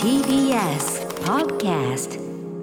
TBS Podcast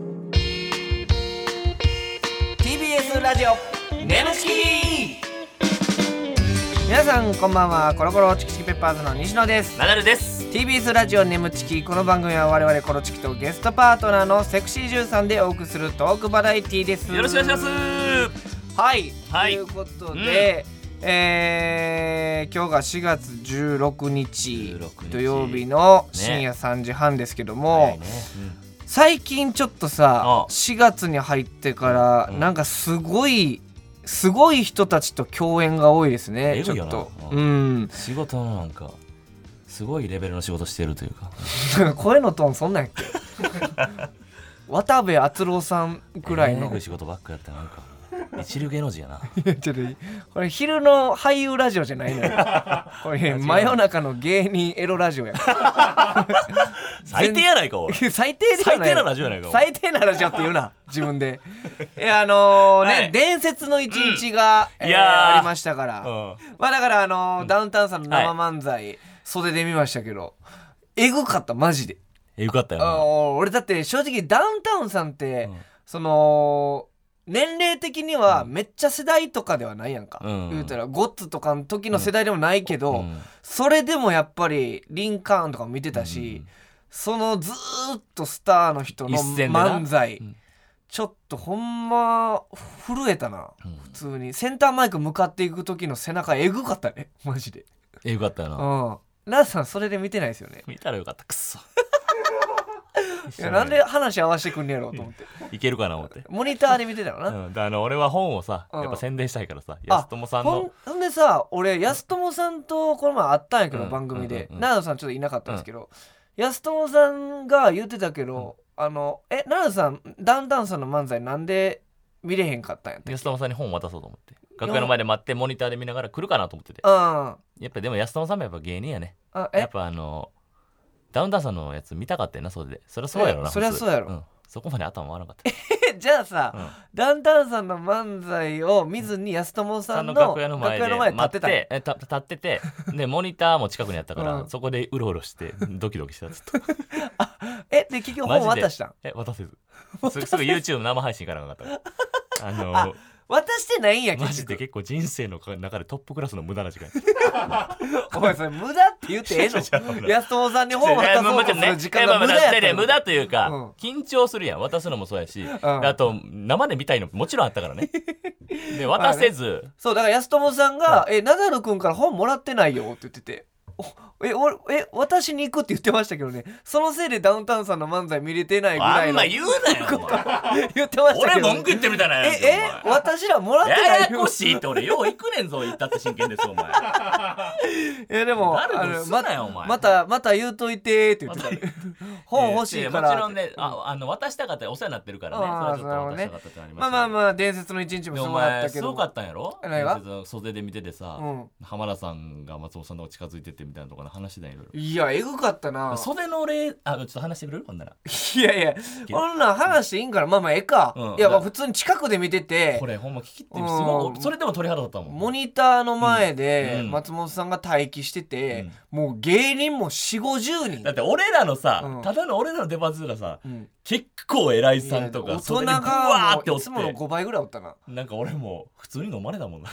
TBS ラジオネムチキ。皆さんこんばんは。コロコロチキチキペッパーズの西野です。 ナダルです。 TBS ラジオネムチキ。この番組は我々コロチキとゲストパートナーのセクシージュンさんでお送りするトークバラエティーです。 よろしくお願いします。 はい、 はい、 ということで、今日が4月16日土曜日の深夜3時半ですけども、最近ちょっとさ4月に入ってからなんかすごい人たちと共演が多いですね。ちょっと仕事のなんかすごいレベルの仕事してるというか声のトーンそんなんやっけ渡部篤郎さんくらいの仕事ばっかやってなんか一流芸能人やなちょっとこれ昼の俳優ラジオじゃないのよこれ真夜中の芸人エロラジオや最低やないかおい最低ではない。 最低なラジオやないか最低なラジオって言うな自分で伝説の一日が、ありましたから、まあだからダウンタウンさんの生漫才、袖で見ましたけどエグかった。マジでエグかったよな。 俺だって正直ダウンタウンさんって、その年齢的にはめっちゃ世代とかではないやんか、言うたらゴッツとかの時の世代でもないけど、それでもやっぱりリンカーンとかも見てたし、そのずーっとスターの人の漫才、ちょっとほんま震えたな、普通にセンターマイク向かっていく時の背中エグかったねマジで。 エグかったよな。 ラスさんそれで見てないですよね。 見たらよかった。くっそいやなんで話合わせてくんねやろうと思っていけるかな思ってモニターで見てたのな、 俺は本をさ、やっぱ宣伝したいからさ、安友さんのほんでさ、俺安友さんとこの前会ったんやけど、番組で奈良さんちょっといなかったんですけど、安友さんが言ってたけど、奈良さんダウンタウンさんの漫才なんで見れへんかったんやったっけ。 安友さんに本渡そうと思って楽屋の前で待ってモニターで見ながら来るかなと思ってて、 やっぱでも安友さんもやっぱ芸人やね。やっぱダウンタウンさんのやつ見たかったよな。それでそりゃそうやろな。 そりゃそうやろ、 そこまで頭回らなかったじゃあさ、ダウンタウンさんの漫才を見ずに安友さんの楽屋の前で立っててでモニターも近くにあったから、そこでうろうろしてドキドキしたずっとで結局本渡したん？ 渡せずすぐ YouTube 生配信からなかった渡してないんや。 マジで結構人生の中でトップクラスの無駄な時間お前それ無駄って言ってええの？安友さんに本渡そうとする時間が無駄やったの？ 無駄というか、緊張するやん。渡すのもそうやし、あと生で見たいのもちろんあったからねで渡せず、 そうだから安友さんがナダル君から本もらってないよって言ってて、私に行くって言ってましたけどね。そのせいでダウンタウンさんの漫才見れてないぐらいのあんま言うなよお前言ってましたけど、 俺文句言ってみたいなやつ私らもらってないよ。 ややこしいって俺よう行くねんぞ。言ったって真剣ですお前いやでもまた言うといてって言ってた、本欲しいから。 もちろんね、渡したかったらお世話になってるからね。それはちょっと渡したかったってあります。 まあ伝説の一日もすごかったけど、 すごかったんやろ。 何が袖で見ててさ、浜田さんが松本さんの近づいてってみたいなところの話だよ。 いやエグかったな。 袖の俺ちょっと話してくれる？ほんならいやこんなん話していいんから。まあええか、いや普通に近くで見てて、 これほんま聞きってすごい、それでも鳥肌だったもん。 モニターの前で松本さんが待機してて、もう芸人も 4,50 人だって俺らのさ、ただの俺らの出番数がさ、結構偉いさんとか大人がもういつもの5倍ぐらいおったな。 なんか俺も普通に飲まれたもんな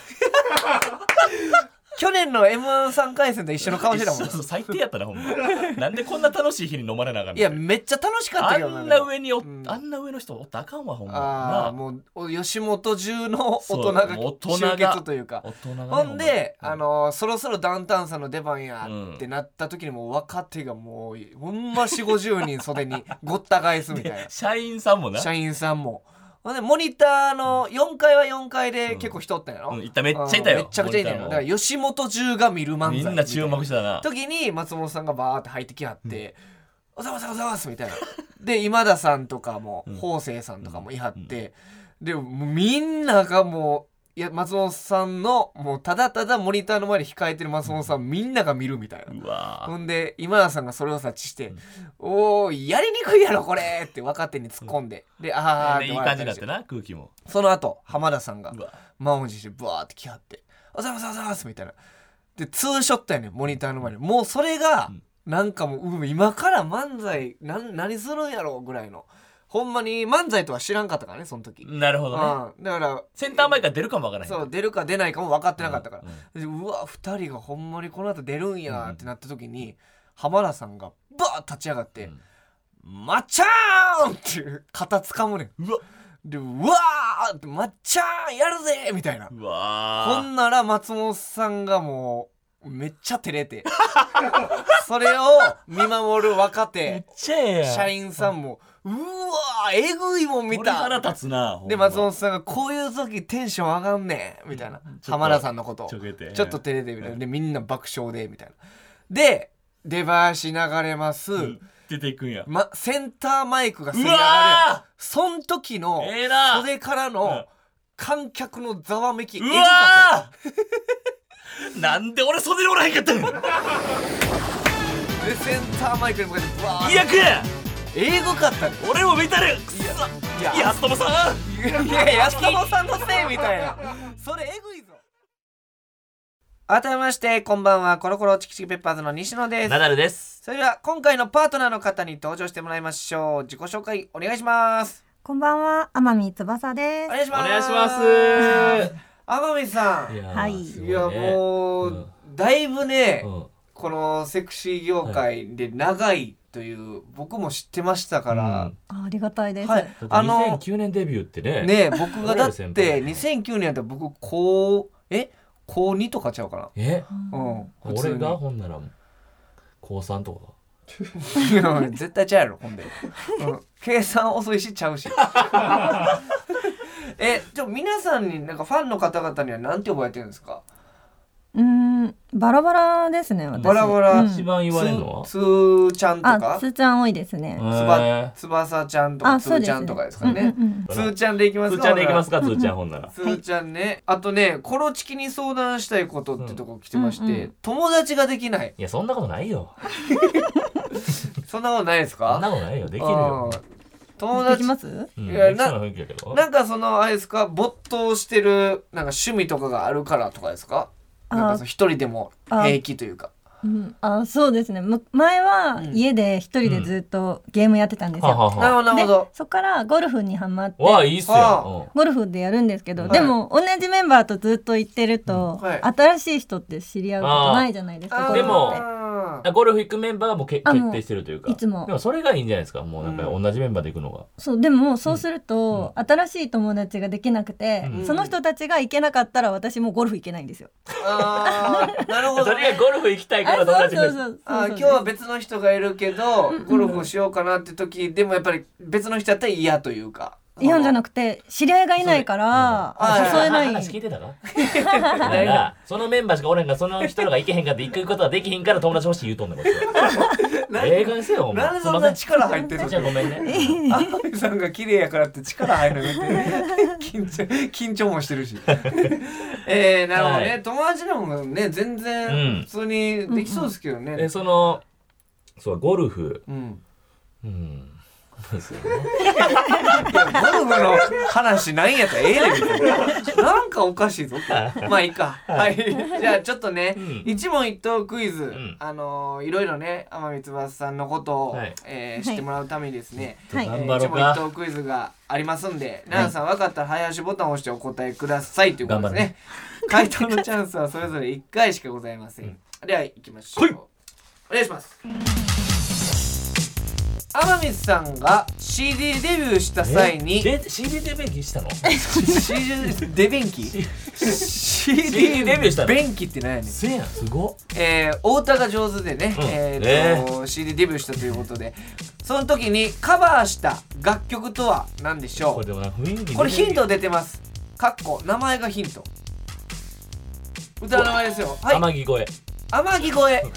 去年の M13 回戦と一緒の顔してたもん。 そう最低やったなほんまなんでこんな楽しい日に飲まれなあかんの。 いやめっちゃ楽しかったけどな。 あんな上の人おったらあかんわほんま。 もう吉本中の大人が集結というか、ほんでそろそろダウンタウンさんの出番やってなった時にもう若手がもうほんま 4,50 人袖にごった返すみたいな社員さんもな。 社員さんもほんでモニターの4階は4階で結構人おったんやろ。 めっちゃいたよ。 めちゃくちゃいたよ。だから吉本中が見る漫才みんな注目したな時に松本さんがバーって入ってきはって「おざわざわざわす」みたいなで今田さんとかも方正さんとかもいはって、でもみんながもういや松本さんのもうただただモニターの前で控えてる松本さん、みんなが見るみたいな。 うわほんで今田さんがそれを察知して「おーやりにくいやろこれ」って若手に突っ込んで、であーっていい感じだったな空気も。 その後浜田さんが満を持してブワーって来はって「おざわざわざわす」みたいなでツーショットやねんモニターの前に。もうそれがなんかもう今から漫才何するんやろうぐらいの、ほんまに漫才とは知らんかったからねその時。 なるほどね、 だからセンターマイクが出るかもわからへん。 そう出るか出ないかも分かってなかったから、うわ2人がほんまにこの後出るんやってなった時に、浜田さんがバーッ立ち上がって、まっちゃーんっていう肩つかむねん。うわでうわーってまっちゃーんやるぜみたいな。 うわほんなら松本さんがもうめっちゃ照れてそれを見守る若手社員さんもうわーえぐいもん見た。 腹立つな。 で松本さんがこういう時テンション上がんねんみたいな、浜田さんのことをちょっと照れてみたいな。でみんな爆笑でみたいな。で出囃子流れます、 出ていくんや、 センターマイクがすり上がる。そん時の袖からの観客のざわめき、 うわーなんで俺袖におらへんかったんでセンターマイクに向かってバーッいやくや英語かった。 俺も見たる。いや安友さんいや安友さんのせいみたいなそれえぐいぞ。改めましてこんばんは、コロコロチキチキペッパーズの西野です。 ナダルです。 それでは今回のパートナーの方に登場してもらいましょう。自己紹介お願いします。 こんばんは、天海翼です。 お願いします。 お願いします。 天海さん、 はい、 いやもう、だいぶね、このセクシー業界で長いという僕も知ってましたから、 ありがたいです、 2009年デビューってね僕がだって2009年だって僕高2とかちゃうかな。 俺がほんなら高3とかいや絶対ちゃうやろほんで、計算遅いしちゃうし皆さんになんかファンの方々には何て呼ばれてるんですか？ バラバラですね。私バラバラ、 一番言われるのはつーちゃんとか。 つーちゃん多いですね。 つばさちゃんとかつーちゃんとかですかね。つーちゃんでいきますか？ つーちゃんでいきますか？つーちゃんほんならつーちゃんね。あとねコロチキに相談したいことってとこ来てまして、友達ができない。 いやそんなことないよそんなことないですか？ そんなことないよ、できるよ。 友達できます？ いやなんかそのあれですか、没頭してるなんか趣味とかがあるからとかですか？なんか一人でも平気というか。 そうですね。前は家で一人でずっとゲームやってたんですよ。 なるほど。 そこからゴルフにハマって、 いいっすよ。 ゴルフでやるんですけど、でも同じメンバーとずっと行ってると、新しい人って知り合うことないじゃないですか。 でもゴルフ行くメンバーがもう決定してるというか、 いつもでもそれがいいんじゃないですか。もうなんか同じメンバーで行くのが。 そうでもそうすると新しい友達ができなくて、その人たちが行けなかったら私もゴルフ行けないんですよ。 なるほど。 それがゴルフ行きたいから友達です。 今日は別の人がいるけどゴルフをしようかなって時でもやっぱり別の人だったら嫌というか。 嫌じゃなくて知り合いがいないから誘えない。 話聞いてたか？だからそのメンバーしかおれんがその人らが行けへんかって行くことはできへんから友達欲しい言うとんねんこっちは。映画にせよお前。 なんでそんな力入ってるの？ じゃあごめんね。 天海さんが綺麗やからって力入るのやめて。緊張もしてるし。なるほどね。友達でもね全然普通にできそうですけどね。 そうゴルフ。ですよね。 いやゴルフの話ないんやったらええねんみたいな。なんかおかしいぞ。まあいいか。はい。じゃあちょっとね、一問一答クイズ、いろいろね天海翼さんのことを、知ってもらうためにですね、一問一答クイズがありますんで、奈々さん分かったら早押しボタンを押してお答えくださいということですね。回答のチャンスはそれぞれ1回しかございません。では行きましょう。お願いします。天海さんが CD デビューした際に CD デビューしたの？ CD デビンキ CD デビューしたの？ 便器って何やねん。 せやすごっ。 お歌が上手でね、CD デビューしたということで、その時にカバーした楽曲とは何でしょう？これヒント出てます。かっこ名前がヒント。歌の名前ですよ。 はい。天城越え。 天城越え。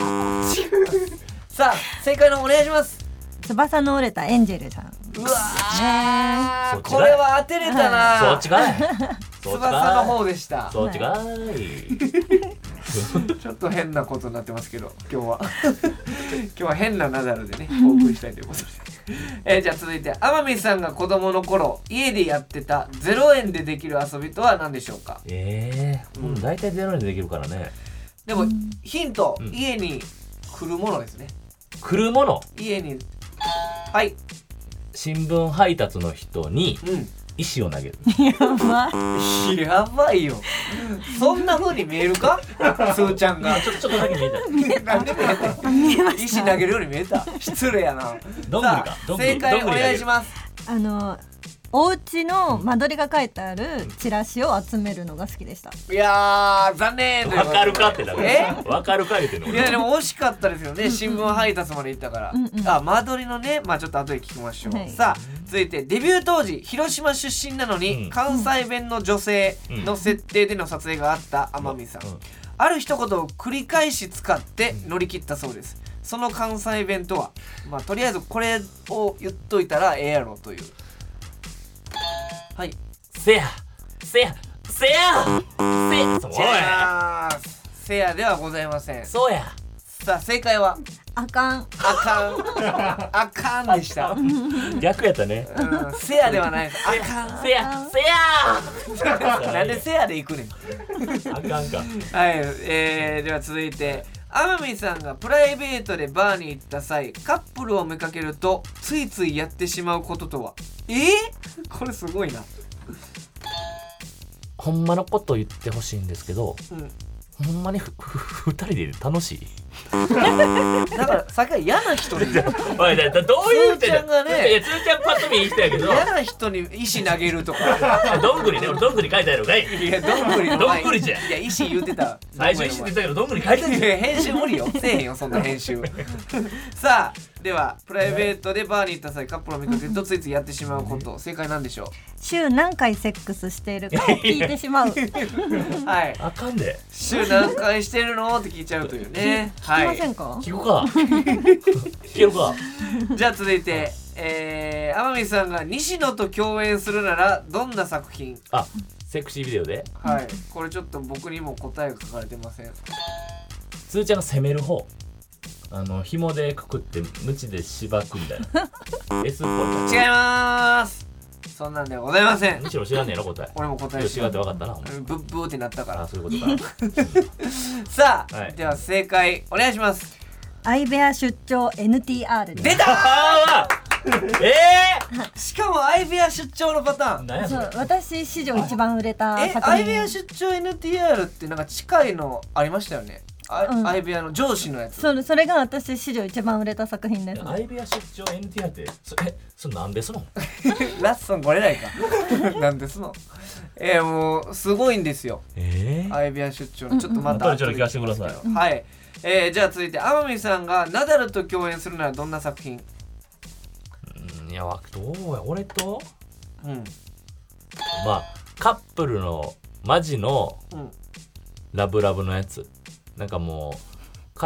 さあ正解のお願いします。 翼の折れたエンジェルさん。 うわー、これは当てれたな。 そっちかい。 翼の方でした。 そっちかい。 ちょっと変なことになってますけど今日は変なナダルでねお送りしたいということで、じゃあ続いて天海さんが子供の頃家でやってた0円でできる遊びとは何でしょうか？ 大体0円でできるからね。 でもヒント、家に来るものですね。 来るもの。 家にはい新聞配達の人に石を投げる。 やばいよ。そんな風に見えるかすーちゃんが。 ちょっとだけ見えた。 なんで見えた石投げるように見えた。失礼やな。 どんぐりか。 正解お願いします。 お家の間取りが書いてあるチラシを集めるのが好きでした。 いやー残念。 わかるかってだからわかるか言ってんの。 いやでも惜しかったですよね。新聞配達まで行ったから、間取りのね、まあちょっと後で聞きましょう、さあ続いてデビュー当時広島出身なのに、関西弁の女性の設定での撮影があった天海さん、ある一言を繰り返し使って乗り切ったそうです。その関西弁とは、まあとりあえずこれを言っといたらええやろという。はい。 せやせやせやせやではございません。 そうや。 さあ正解はあかんあかんでした。 逆やったね。 せやではないです。あかん。 せやせやなんでせやで行くねん。 あかんか。 はい、では続いて天海さんがプライベートでバーに行った際カップルを見かけるとついついやってしまうこととは。これすごいな。 ほんまのこと言ってほしいんですけど、ほんまに2人で楽しい。 だからさっきから嫌な人においだどういうつーちゃんがね、 いやつーちゃんパッと見いい人やけど嫌な人に石投げるとかどんぐりね、どんぐり書いてあるかい。 いやどんぐりのどんぐりじゃいや石言うてた。 最初石って言ったけどどんぐり書いてある。 編集無理よ。せえへんよそんな編集さあではプライベートでバーに行った際カップルを見かけるとついついやってしまうこと、正解なんでしょう。 週何回セックスしているかを聞いてしまう。 はい。 あかんで。 週何回してるのって聞いちゃうというね。 聞きませんか？ 聞くか。聞けるか。 じゃあ続いて、天海さんが西野と共演するならどんな作品？ あ、セクシービデオで。 はい。これちょっと僕にも答えが書かれてません。 つーちゃんが攻める方。紐でくくってムチで縛くみたいな。S っぽい。 違います。そんなんではございません。 むしろ知らねえの答え。 俺も答え知らって分かったな。 ブッブーってなったから。 あ、そういうことか。 さあ、 はい、 では正解お願いします。 相部屋出張 NTR 出たーしかも相部屋出張のパターン。 何やそれ。 私史上一番売れた作品。 相部屋出張 NTR ってなんか近いのありましたよね。相部屋の上司のやつ。 それが私史上一番売れた作品です。 相部屋出張 NTR ってそれなんですのラッソンこれないかなんですの。もうすごいんですよ。相部屋出張のちょっとまたちょっと聞かせてください。 はい。じゃあ続いて天海さんがナダルと共演するならどんな作品？ いやどうや俺と、まあカップルのマジのラブラブのやつ。なんかもうい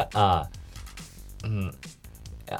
や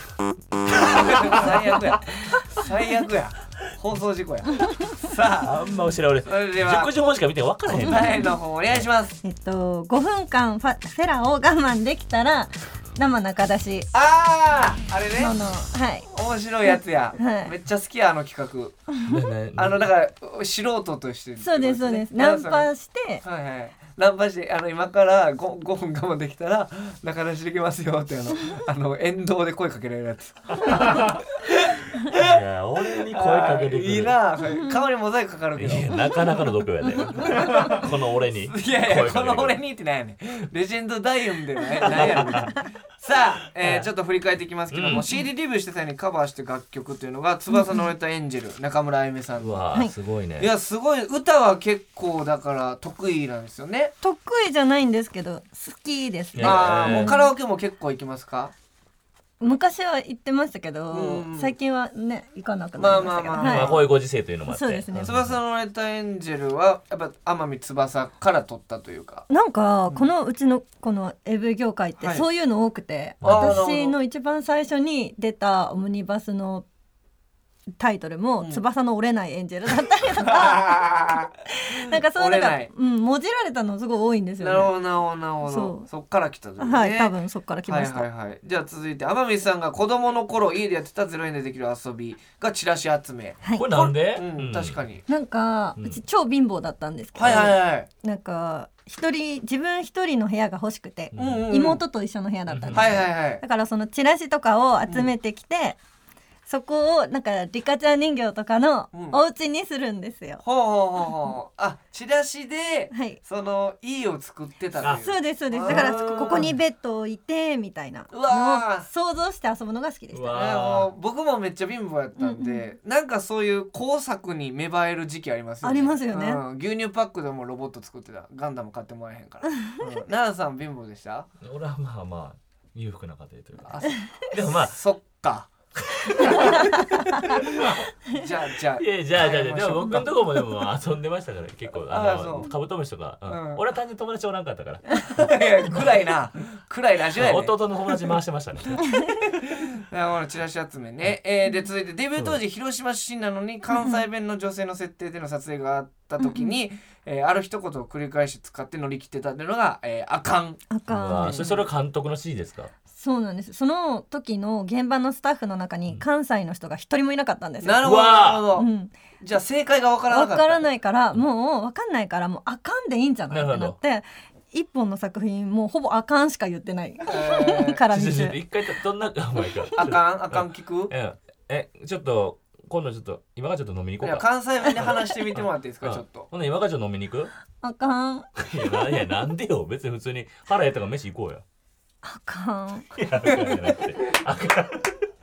最悪や放送事故や。さああんま知らん俺熟女本しか見て分からへん。 答えの方お願いします。 5分間フェラを我慢できたら生中出し。 あれね。 はい。 面白いやつや。 はい、 めっちゃ好きや企画。だから素人として、 そうですそうです。ナンパして。 はいはい。ナンパして今から 5分我慢できたら中出しできますよって沿道で声かけられるやつ。 いや俺に声かけてくる。 いいな。顔にモザイクかかるけど。 なかなかの度胸やね。この俺に。 いやこの俺にってなんやねん。レジェンドダイウンでなんやねん。さあ、ちょっと振り返っていきますけども、CD デビューして際にカバーして楽曲というのが翼の折れたエンジェル、中村あゆみさんの。 うわすごいね。 いやすごい。歌は結構だから得意なんですよね。 得意じゃないんですけど好きですね。 もうカラオケも結構行きますか？ 昔は行ってましたけど、最近はね行かなくなりましたけど。 まあこういうご時世というのもあって。 そうですね。 翼の折れたエンジェルはやっぱ天海翼から取ったというか。 なんかこのうちのこの AV 業界ってそういうの多くて、私の一番最初に出たオムニバスのタイトルも翼の折れないエンジェルだったりとかなんかそうもじられたのすごい多いんですよね。 なるほど。そっから来たというね。 はい多分そっから来ました。 じゃあ続いて天海さんが子供の頃家でやってた0円でできる遊びがチラシ集め。 これなんで？ 確かに。 なんかうち超貧乏だったんですけど、なんか自分一人の部屋が欲しくて、 うんうん、 妹と一緒の部屋だったんですよ、 はいはいはい、 だからそのチラシとかを集めてきて、そこをなんかリカちゃん人形とかのお家にするんですよ、 ほうほうほうほう、あ、チラシで、 はい、 その家を作ってたという。 そうですそうです。だからここにベッドを置いてみたいなのを想像して遊ぶのが好きでした。 もう僕もめっちゃ貧乏やったんで、なんかそういう工作に芽生える時期ありますよね。 ありますよね、 牛乳パックでもロボット作ってた。ガンダム買ってもらえへんから、奈良さん貧乏でした？ 俺はまあまあ裕福な家庭というか。でもまあそっかじゃあでも僕のとこもでも遊んでましたから結構カブトムシとか、俺は単純に友達おらんかったからいや暗いラジオやね。 弟の友達回してましたねチラシ集めね、で続いてデビュー当時広島出身なのに関西弁の女性の設定での撮影があった時に、ある一言を繰り返し使って乗り切ってたっていうのが、あかん。 それは監督の指示ですか？ そうなんです。その時の現場のスタッフの中に関西の人が一人もいなかったんですよ。 なるほどなるほど、じゃあ正解が分からなかった。 分からないからもう分かんないからもうあかんでいいんじゃないってなって一本の作品もうほぼあかんしか言ってない、から見て一回どんなあかん聞く？ ちょっと今度ちょっと今からちょっと飲みに行こうか。 関西弁で話してみてもらっていいですか？ちょっとほんで今からちょっと飲みに行く？あかん。 いやなんでよ、別に普通に腹減ったから飯行こうや。 あかん。 いやあかんじゃなくてあかん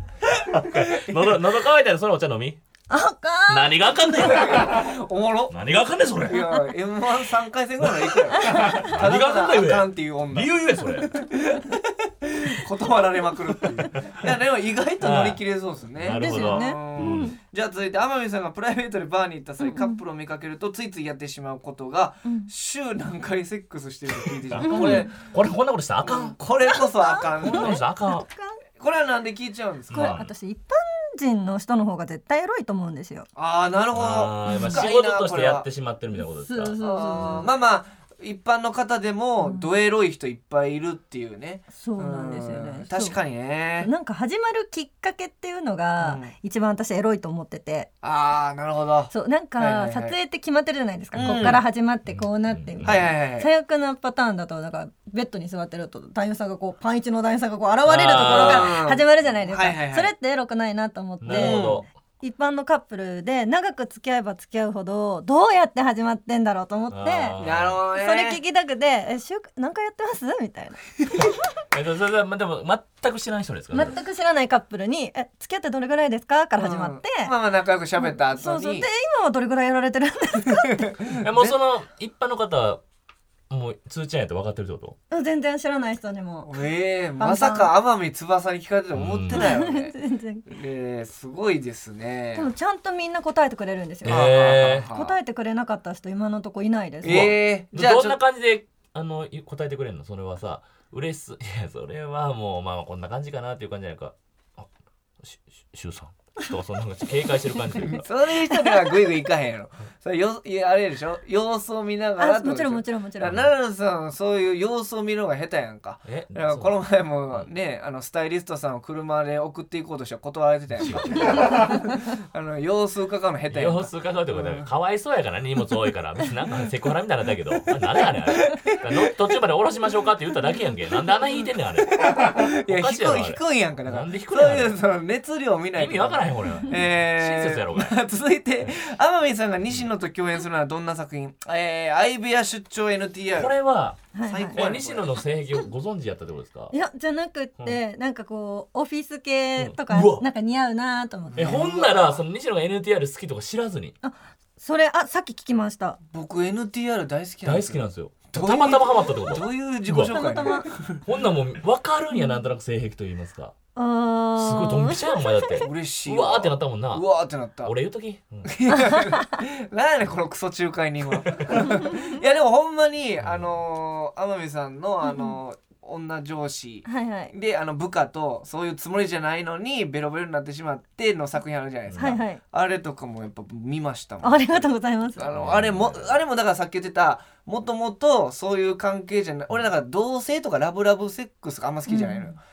喉乾いたらそのお茶飲み。 あかん。 何があかんねんおもろ。 何があかんねんそれ。いや M13 回戦ぐらい行くやろ何があかんねんあかんっていう女理由言えそれ断られまくるっていう。いやでも意外と乗り切れそうですね。 なるほど。 ですよね。 じゃあ続いて天海さんがプライベートでバーに行った際、カップルを見かけるとついついやってしまうことが、週何回セックスしてると聞いてしまう。これこんなことしたらあかん。 これこそあかん。 こんなことしたらあかん。 これはなんで聞いちゃうんですか？ これ私一般人の人の方が絶対エロいと思うんですよ。 ああなるほど。 仕事としてやってしまってるみたいなことですか？ まあまあ一般の方でもドエロい人いっぱいいるっていうね。 そうなんですよね。 確かにね。 なんか始まるきっかけっていうのが一番私エロいと思ってて。 ああなるほど。 そうなんか撮影って決まってるじゃないですか。こっから始まってこうなってみたいな。最悪なパターンだとなんかベッドに座ってると男優さんがこうパンイチの男優さんがこう現れるところが始まるじゃないですか。それってエロくないなと思って。 なるほど。 一般のカップルで長く付き合えば付き合うほどどうやって始まってんだろうと思って、 なるほどね、 それ聞きたくて何回やってますみたいなそれでも全く知らない人ですかね。 全く知らないカップルに付き合ってどれぐらいですかから始まって、 まあ仲良く喋った後に、 そうで今はどれぐらいやられてるんですかってもうその一般の方はもう通知やって分かってるってこと？ 全然知らない人にもまさか天海翼に聞かれてると思ってないよね。 全然すごいですね。 でもちゃんとみんな答えてくれるんですよ、答えてくれなかった人今のとこいないです。 じゃあどんな感じで答えてくれるの？それはさ嬉しいやそれはもうまあこんな感じかなっていう感じじゃないか。シュウさんとかそんな警戒してる感じというかそういう人ではグイグイいかへんやろ。それあれでしょ、様子を見ながら。 もちろん奈良さんそういう様子を見るのが下手やんか。だからこの前もねスタイリストさんを車で送っていこうとして断られてたやんか様子伺うの下手やんか。 様子伺うってことはかわいそうやからね、荷物多いから別になんかセクハラみたいなんだけど何やねんあれ途中まで降ろしましょうかって言っただけやんけ。なんで穴引いてんねんあれ。 いや引くんやんか。だからそういうその熱量見ないと意味わからへんこれ。親切やろ続いて天海さんが西野と共演するのはどんな作品？相部屋出張 NTR。 これは最高や。 西野の性癖をご存知やったってことですか？ いやじゃなくってなんかこうオフィス系とかなんか似合うなと思って。 ほんならその西野が NTR 好きとか知らずに。 それさっき聞きました。 僕 NTR 大好きなんですよ。たまたまハマったってこと？ どういう自己紹介？ ほんならもう分かるんや、なんとなく性癖と言いますか。すごいドンピシャやんお前だって。 嬉しい。 うわーってなったもんな。 うわーってなった。 俺言うとき。 なんやねんこのクソ仲介人は。いやでもほんまに天海さんの女上司で部下とそういうつもりじゃないのにベロベロになってしまっての作品あるじゃないですか。あれとかもやっぱ見ましたもん。 ありがとうございます。 あれもだからさっき言ってたもともとそういう関係じゃない。俺だから同性とかラブラブセックスがあんま好きじゃないのよ。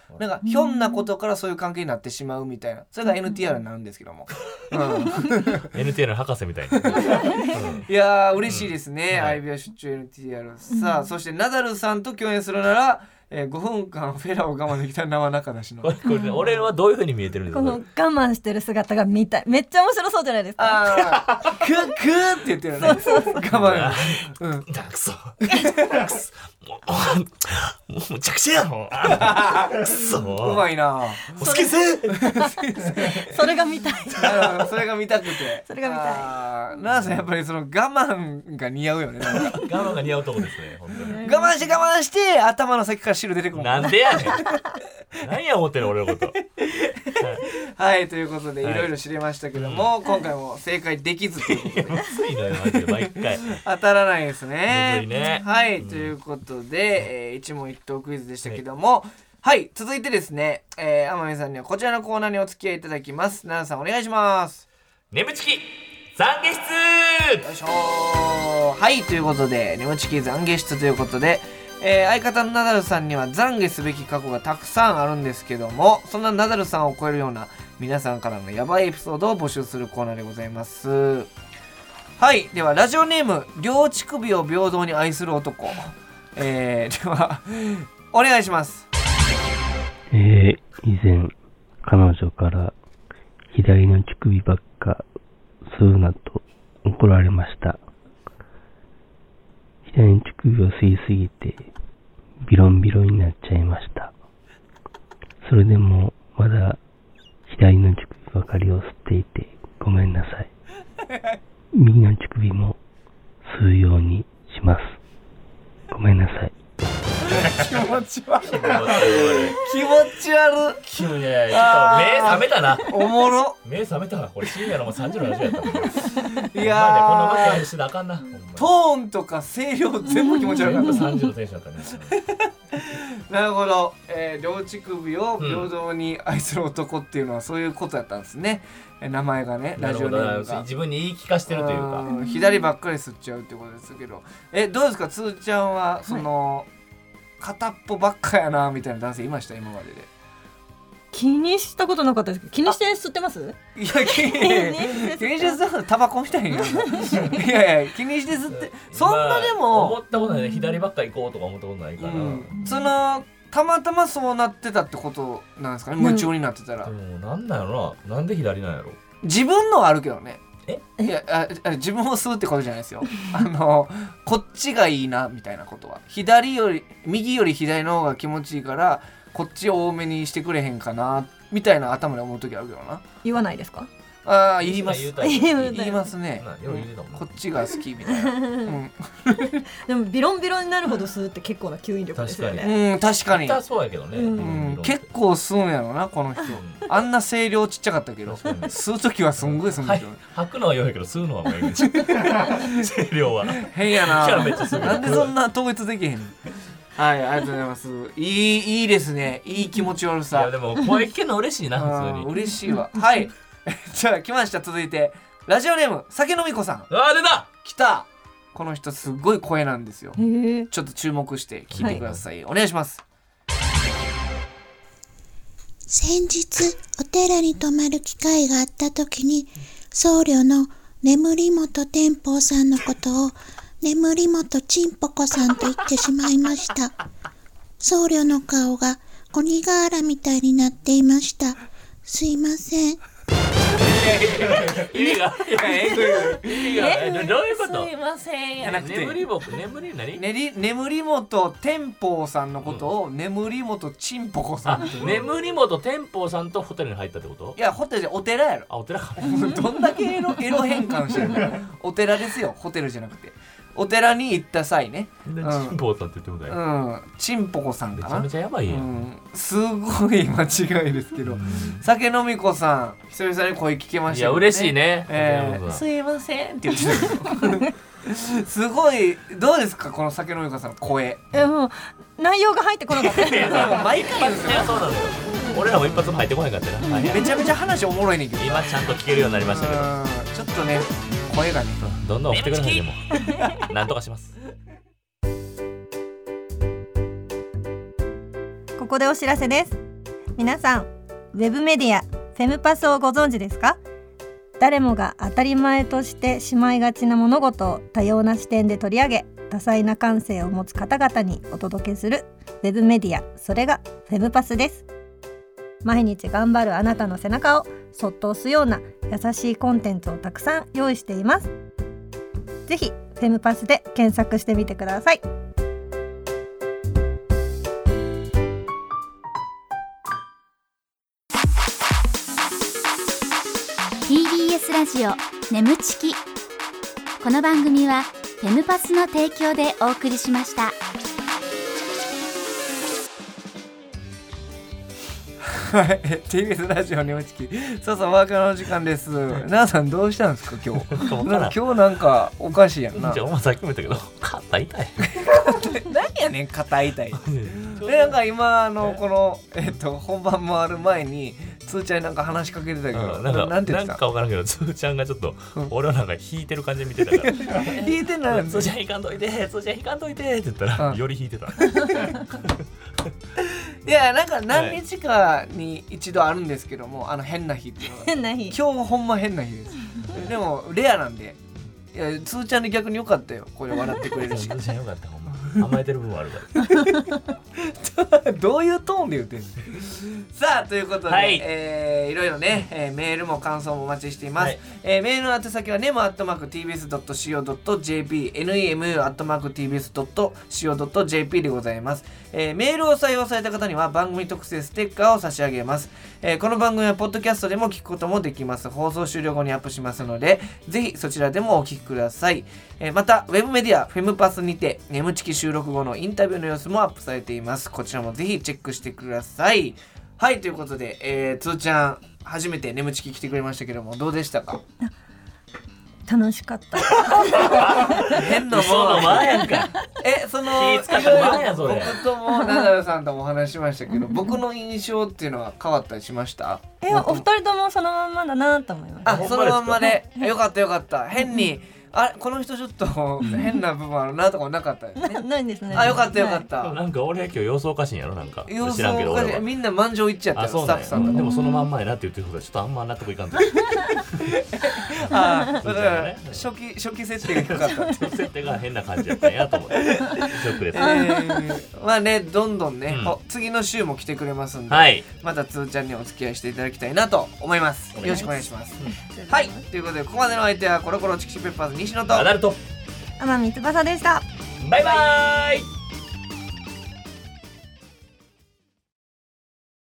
なんかひょんなことからそういう関係になってしまうみたいな、それが NTR になるんですけども、 NTR の博士みたいな、 いやー嬉しいですね、相部屋出張 NTR。 さあそしてナダルさんと共演するなら、5分間フェラを我慢できた生中出しのこれ俺はどういう風に見えてるんですか。 この我慢してる姿が見たい。めっちゃ面白そうじゃないですか。 クーって言ってるね。我慢。 くそもうむちゃくちゃやろくそうまいな。 お好きせそれが見たい。 それが見たくて。 それが見たい。奈々さんやっぱりその我慢が似合うよね。 我慢が似合うとこですね本当に。 我慢して頭の先から汁出てくる。 なんでやねん何や思ってる俺のこと。 はいということでいろいろ知れましたけども、今回も正解できずということでついのよマジで毎回当たらないですね。 むずいね。 はいということで、一問一答クイズでしたけども、はい続いてですね、天海さんにはこちらのコーナーにお付き合いいただきます。奈々さんお願いします。 眠ちき懺悔室。 よいしょはいということで眠ちき懺悔室ということで、相方のナダルさんには懺悔すべき過去がたくさんあるんですけども、そんなナダルさんを超えるような皆さんからのヤバいエピソードを募集するコーナーでございます。はいではラジオネーム両乳首を平等に愛する男、ではお願いします。 以前彼女から左の乳首ばっか吸うなと怒られました。左の乳首を吸いすぎてビロンビロンになっちゃいました。それでもまだ左の乳首ばかりを吸っていてごめんなさい。右の乳首も吸うようにします。ごめんなさい。 気持ち悪い。気持ち悪い。 ちょっと目覚めたな。 おもろ。 目覚めたな。これ深夜のもう3時のラジオやったもん。 いやーこんなわけしてたらあかんな。 トーンとか声量全部気持ち悪かった。 3時のテンションだったね。 なるほど、両乳首を平等に愛する男っていうのはそういうことやったんですね、名前がね、ラジオネームが自分に言い聞かせてるというか、 左ばっかり吸っちゃうってことですけど、どうですかつーちゃんはその、片っぽばっかやなみたいな男性いました今までで。 気にしたことなかったですけど、気にして吸ってます？ いや気にして吸ってタバコみたいにいや気にして吸ってそんなでも、 思ったことないね。左ばっか行こうとか思ったことないから、 そのたまたまそうなってたってことなんですかね、夢中になってたら。 なんだろうな、なんで左なんやろ。 自分のはあるけどね。いや自分を吸うってことじゃないですよ。こっちがいいなみたいなことは、右より左の方が気持ちいいからこっちを多めにしてくれへんかなみたいな頭で思う時あるけどな。 言わないですか？ 言います言いますね。こっちが好きみたいな、 でもビロンビロンになるほど吸うって結構な吸引力ですよね。 確かにそうやけどね、 結構吸うんやろなこの人。あんな声量ちっちゃかったけど吸う時はすんごい吸うんですよね。 吐くのは弱いけど吸うのはもうええ声量は変やな。なんでそんな統一できへんの。はい、ありがとうございます。いいですね。いい気持ち悪さ。 いやでも声聞けるの嬉しいな普通に。 嬉しいわ。はいじゃあ来ました。続いてラジオネーム酒飲み子さん。 出た来た。この人すごい声なんですよ。ちょっと注目して聞いてください、お願いします。 先日お寺に泊まる機会があった時に、僧侶の眠り元天保さんのことを眠り元ちんぽこさんと言ってしまいました。僧侶の顔が鬼瓦みたいになっていました。すいません。 意味がどういうこと？ すいませんやなくて、 眠り元天保さんのことを眠り元ちんぽこさん。 眠り元天保さんとホテルに入ったってこと？ いやホテルじゃお寺やろ。 お寺か。 どんだけエロ変換してるの。お寺ですよ、ホテルじゃなくて。お寺に行った際ね。 ちんぽこさんって言ってもだよ。 ちんぽこさんかな。 めちゃめちゃやばいやん。 すごい間違いですけど。酒飲み子さん、久々に声聞けましたね。 いや嬉しいね。 すいませんって言ってたけど。すごい。どうですかこの酒飲み子さんの声。 もう内容が入ってこなかった。 毎回そうなのよ。俺らも一発も入ってこないかったな。 めちゃめちゃ話おもろいねんけど。 今ちゃんと聞けるようになりましたけど。 ちょっとね声がね。 どんどん送ってください。でもなんとかします。 ここでお知らせです。 皆さん、ウェブメディアフェムパスをご存知ですか？誰もが当たり前としてしまいがちな物事を多様な視点で取り上げ、多彩な感性を持つ方々にお届けするウェブメディア、それがフェムパスです。毎日頑張るあなたの背中をそっと押すような優しいコンテンツをたくさん用意しています。ぜひフェムパスで検索してみてください。 TBS ラジオ眠ちき。この番組はフェムパスの提供でお送りしました。 はい、TBS ラジオ眠ちき、そうそう、ワーカーの時間です。なあさんどうしたんですか今日？今日なんかおかしいやんな。 じゃあお前さっきも言ったけど肩痛い。 何やねん肩痛い。でなんか今この本番回る前につーちゃんになんか話しかけてたけど、なんて言ってた？ なんか分からんけどつーちゃんがちょっと俺をなんか引いてる感じで見てたから引いてないつーちゃん引かんといてつーちゃん引かんといてって言ったらより引いてた。 いやなんか何日かに一度あるんですけども、変な日っていうのが変な日。 今日ほんま変な日です。でもレアなんで、いやつーちゃんで逆によかったよ、これ笑ってくれるし。 つーちゃんよかったほんま。甘えてる部分あるからどういうトーンで言ってんの？さあということで、 はい、 いろいろね、メールも感想もお待ちしています。はい、メールの宛先は nemu@tbs.co.jp nemu@tbs.co.jp でございます。メールを採用された方には番組特製ステッカーを差し上げます。この番組はポッドキャストでも聞くこともできます。放送終了後にアップしますので、ぜひそちらでもお聞きください。またウェブメディアフェムパスにて眠ちき収録後のインタビューの様子もアップされています。こちらもぜひチェックしてください。はい、ということで、つーちゃん初めて眠ちき来てくれましたけども、どうでしたか？ 楽しかった。 変なもの前やんか。 その気使った前やそれ。 僕ともナダルさんともお話ししましたけど、僕の印象っていうのは変わったりしました？ お二人ともそのまんまだなと思いました。 そのまんまでよかったよかった。変にこの人ちょっと変な部分あるなとかもなかったですね。 ないですね。 よかったよかった。 なんか俺今日様子おかしいんやろ、なんか様子知らんけどおかしい。みんな満場一致やったよ、スタッフさんと。 でもそのまんまやなって言ってることはちょっとあんま納得いかんと。 だから初期設定が低かった。 設定が変な感じやったんやと思ってショックです。 まあね、どんどんね、次の週も来てくれますんで、またつーちゃんにお付き合いしていただきたいなと思います。よろしくお願いします。はい、ということでここまでの相手はコロコロチキチキペッパーズ西野とアダルト天海翼でした。 バイバーイ。